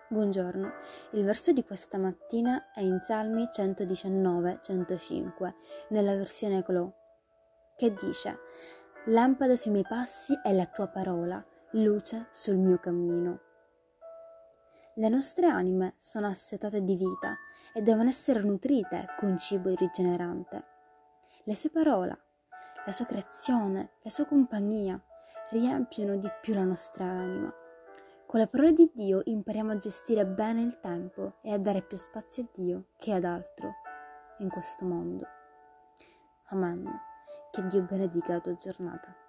Buongiorno, il verso di questa mattina è in Salmi 119-105, nella versione Clò, che dice: Lampada sui miei passi è la tua parola, luce sul mio cammino. Le nostre anime sono assetate di vita e devono essere nutrite con cibo rigenerante. Le sue parole, la sua creazione, la sua compagnia riempiono di più la nostra anima. Con le parole di Dio impariamo a gestire bene il tempo e a dare più spazio a Dio che ad altro in questo mondo. Amen. Che Dio benedica la tua giornata.